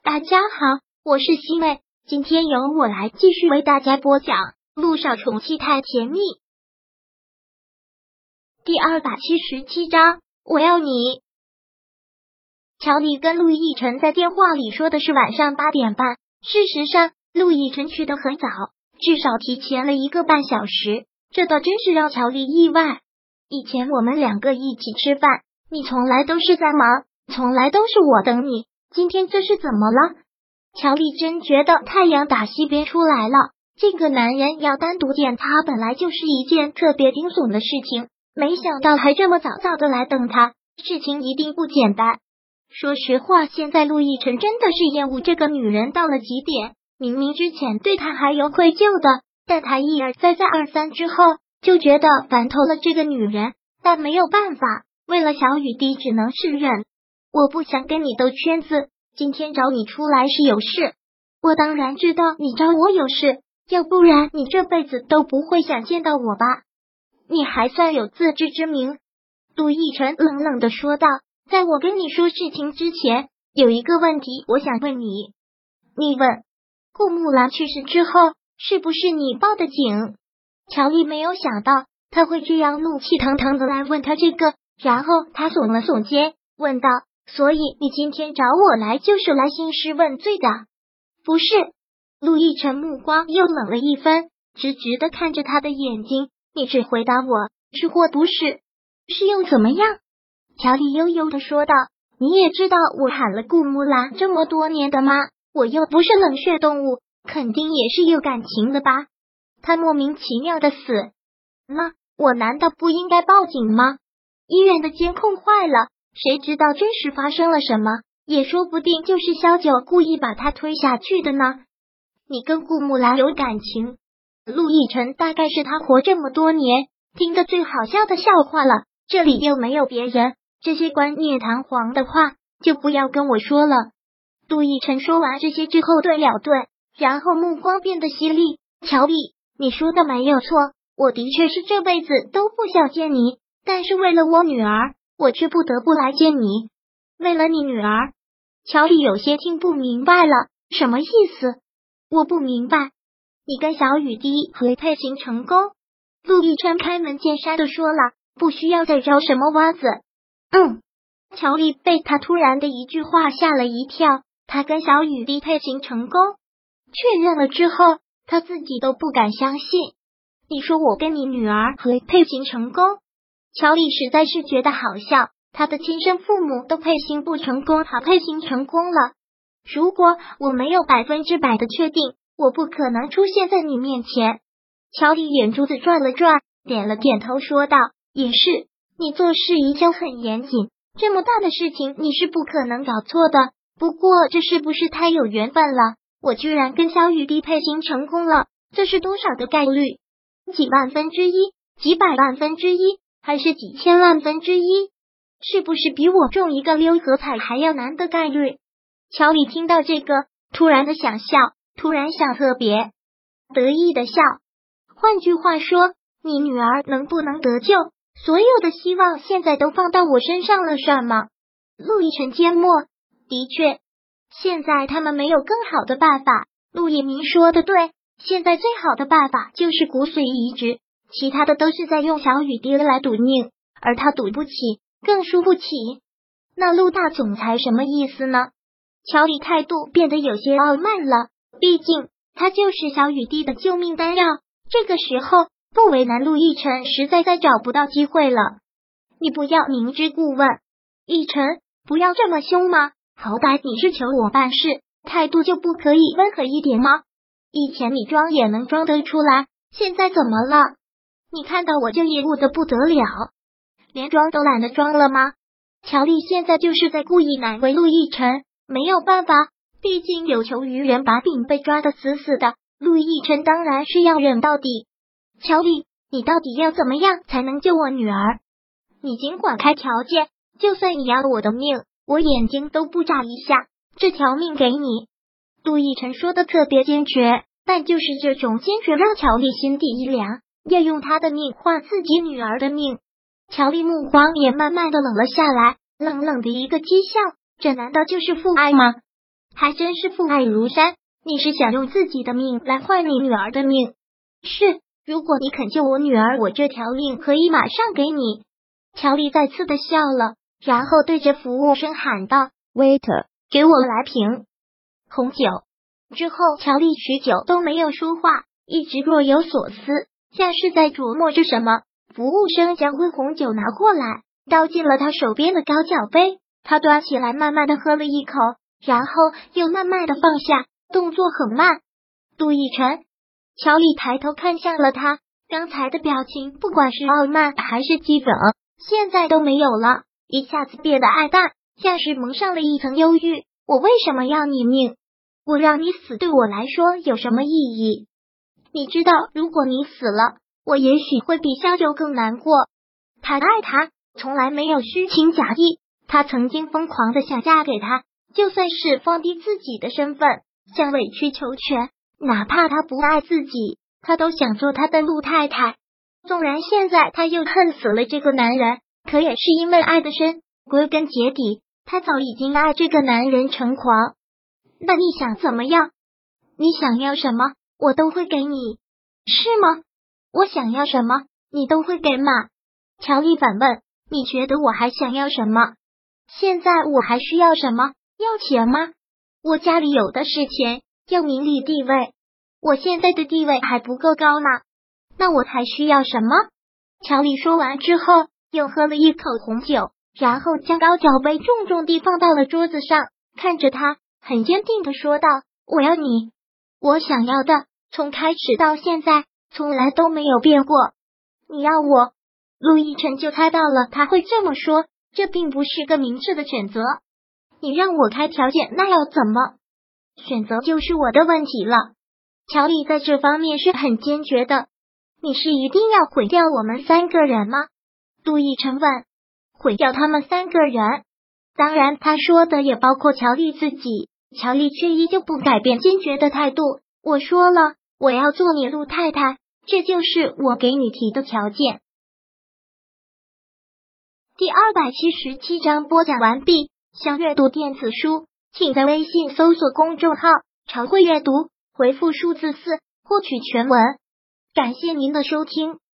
大家好，我是西妹，今天由我来继续为大家播讲《陆少宠妻太甜蜜》第277章，我要你。乔丽跟陆亦辰在电话里说的是晚上8点半，事实上陆亦辰去得很早，至少提前了1个半小时，这倒真是让乔丽意外。以前我们2个一起吃饭，你从来都是在忙，从来都是我等你，今天这是怎么了？乔丽真觉得太阳打西边出来了，这个男人要单独见他本来就是一件特别惊悚的事情，没想到还这么早的来等他，事情一定不简单。说实话，现在陆亦辰真的是厌恶这个女人到了极点，明明之前对她还有愧疚的，但他一而再再而三之后就觉得烦透了这个女人，但没有办法，为了小雨滴只能是忍。我不想跟你兜圈子，今天找你出来是有事。我当然知道你找我有事，要不然你这辈子都不会想见到我吧？你还算有自知之明。陆亦辰冷冷地说道，在我跟你说事情之前，有一个问题我想问你。你问。顾木兰去世之后，是不是你报的警？乔丽没有想到他会这样怒气腾腾的来问他这个，然后他耸了耸肩，问道，所以你今天找我来就是来兴师问罪的？不是。陆亦辰目光又冷了一分，直直的看着他的眼睛，你只回答我是或不是，是又怎么样？乔丽悠悠的说道，你也知道我喊了顾木兰这么多年的吗？我又不是冷血动物，肯定也是有感情的吧？他莫名其妙的死，那我难道不应该报警吗？医院的监控坏了，谁知道真实发生了什么，也说不定就是萧九故意把他推下去的呢。你跟顾木兰有感情？陆亦辰大概是他活这么多年听得最好笑的笑话了，这里又没有别人，这些冠冕堂皇的话就不要跟我说了。陆亦辰说完这些之后顿了顿，然后目光变得犀利，乔丽，你说的没有错，我的确是这辈子都不想见你，但是为了我女儿，我却不得不来见你。为了你女儿？乔丽有些听不明白了，什么意思？我不明白。你跟小雨滴合配型成功？陆亦辰开门见山的说了，不需要再绕什么弯子。乔丽被他突然的一句话吓了一跳，他跟小雨滴配型成功？确认了之后，他自己都不敢相信。你说我跟你女儿合配型成功？乔丽实在是觉得好笑，她的亲生父母都配型不成功，她配型成功了。如果我没有100%的确定，我不可能出现在你面前。乔丽眼珠子转了转，点了点头说道，也是，你做事一向很严谨，这么大的事情你是不可能搞错的。不过这是不是太有缘分了？我居然跟小雨滴配型成功了，这是多少的概率？几万分之一，几百万分之一，还是几千万分之一？是不是比我中一个6合彩还要难的概率？乔丽听到这个，突然的想笑，突然想特别得意的笑。换句话说，你女儿能不能得救，所有的希望现在都放到我身上了，算吗？陆亦辰缄默，的确，现在他们没有更好的办法。陆亦明说的对，现在最好的办法就是骨髓移植，其他的都是在用小雨滴来赌命，而他赌不起，更输不起。那陆大总裁什么意思呢？乔丽态度变得有些傲慢了，毕竟他就是小雨滴的救命丹药，这个时候不为难陆亦辰实在再找不到机会了。你不要明知故问，亦辰，不要这么凶嘛，好歹你是求我办事，态度就不可以温和一点吗？以前你装也能装得出来，现在怎么了？你看到我就厌恶的不得了，连装都懒得装了吗？乔丽现在就是在故意难为陆亦辰，没有办法，毕竟有求于人，把柄被抓得死死的，陆亦辰当然是要忍到底。乔丽，你到底要怎么样才能救我女儿？你尽管开条件，就算你要我的命，我眼睛都不眨一下，这条命给你。陆亦辰说的特别坚决，但就是这种坚决让乔丽心底一凉，要用他的命换自己女儿的命。乔丽目光也慢慢的冷了下来，冷冷的一个讥笑，这难道就是父爱吗？ 还真是父爱如山。你是想用自己的命来换你女儿的命？是，如果你肯救我女儿，我这条令可以马上给你。乔丽再次的笑了，然后对着服务生喊道 ：“Waiter， 给我来瓶红酒。”之后，乔丽许久都没有说话，一直若有所思，像是在琢磨着什么。服务生将灰红酒拿过来，倒进了他手边的高脚杯，他端起来慢慢的喝了一口，然后又慢慢的放下，动作很慢。陆亦辰，乔丽抬头看向了他，刚才的表情不管是傲慢还是激愤，现在都没有了，一下子变得暗淡，像是蒙上了一层忧郁。我为什么要你命？我让你死对我来说有什么意义？你知道，如果你死了，我也许会比萧九更难过。他爱他，从来没有虚情假意，他曾经疯狂的想嫁给他，就算是放低自己的身份，想委曲求全，哪怕他不爱自己，他都想做他的陆太太。纵然现在他又恨死了这个男人，可也是因为爱的深，归根结底，他早已经爱这个男人成狂。那你想怎么样？你想要什么，我都会给你，是吗？我想要什么，你都会给吗？乔丽反问。你觉得我还想要什么？现在我还需要什么？要钱吗？我家里有的是钱，要名利地位，我现在的地位还不够高吗？那我还需要什么？乔丽说完之后，又喝了一口红酒，然后将高脚杯重重地放到了桌子上，看着他，很坚定地说道：我要你，我想要的，从开始到现在，从来都没有变过。你要我？陆亦辰就猜到了他会这么说，这并不是个明智的选择。你让我开条件，那要怎么选择就是我的问题了。乔丽在这方面是很坚决的。你是一定要毁掉我们3个人吗？陆亦辰问。毁掉他们3个人？当然，他说的也包括乔丽自己。乔丽却依旧不改变坚决的态度。我说了，我要做你陆太太，这就是我给你提的条件。第277章播讲完毕。想阅读电子书，请在微信搜索公众号常会阅读，回复数字4获取全文。感谢您的收听。